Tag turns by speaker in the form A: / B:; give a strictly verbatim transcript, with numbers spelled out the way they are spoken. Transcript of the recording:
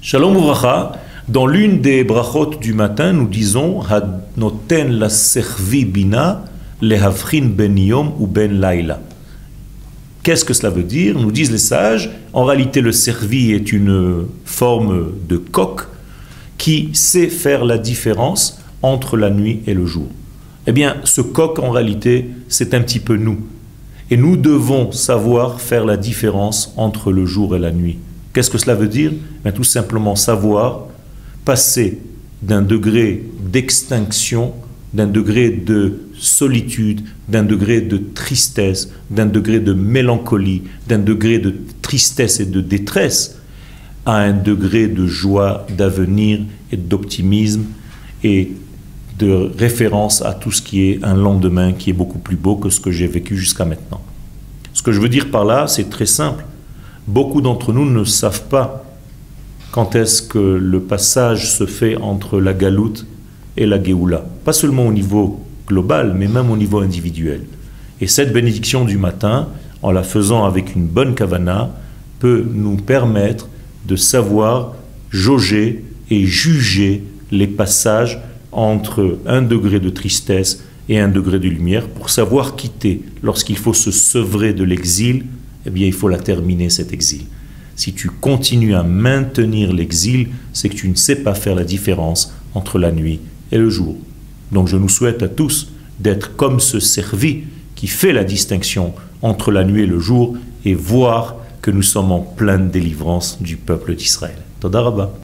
A: Shalom Uvracha, dans l'une des brachot du matin, nous disons Hanoten la servi bina lehavchin ben yom ou ben laila. Qu'est-ce que cela veut dire? Nous disent les sages, en réalité le servi est une forme de coq qui sait faire la différence entre la nuit et le jour. Eh bien, ce coq en réalité, c'est un petit peu nous. Et nous devons savoir faire la différence entre le jour et la nuit. Qu'est-ce que cela veut dire? Bien, tout simplement savoir passer d'un degré d'extinction, d'un degré de solitude, d'un degré de tristesse, d'un degré de mélancolie, d'un degré de tristesse et de détresse, à un degré de joie, d'avenir et d'optimisme et de référence à tout ce qui est un lendemain qui est beaucoup plus beau que ce que j'ai vécu jusqu'à maintenant. Ce que je veux dire par là, c'est très simple. Beaucoup d'entre nous ne savent pas quand est-ce que le passage se fait entre la galoute et la Géoula. Pas seulement au niveau global, mais même au niveau individuel. Et cette bénédiction du matin, en la faisant avec une bonne kavana, peut nous permettre de savoir jauger et juger les passages entre un degré de tristesse et un degré de lumière pour savoir quitter. Lorsqu'il faut se sevrer de l'exil, eh bien il faut la terminer cet exil. Si tu continues à maintenir l'exil, c'est que tu ne sais pas faire la différence entre la nuit et le jour. Donc je nous souhaite à tous d'être comme ce servi qui fait la distinction entre la nuit et le jour et voir que nous sommes en pleine délivrance du peuple d'Israël. Toda Rabba.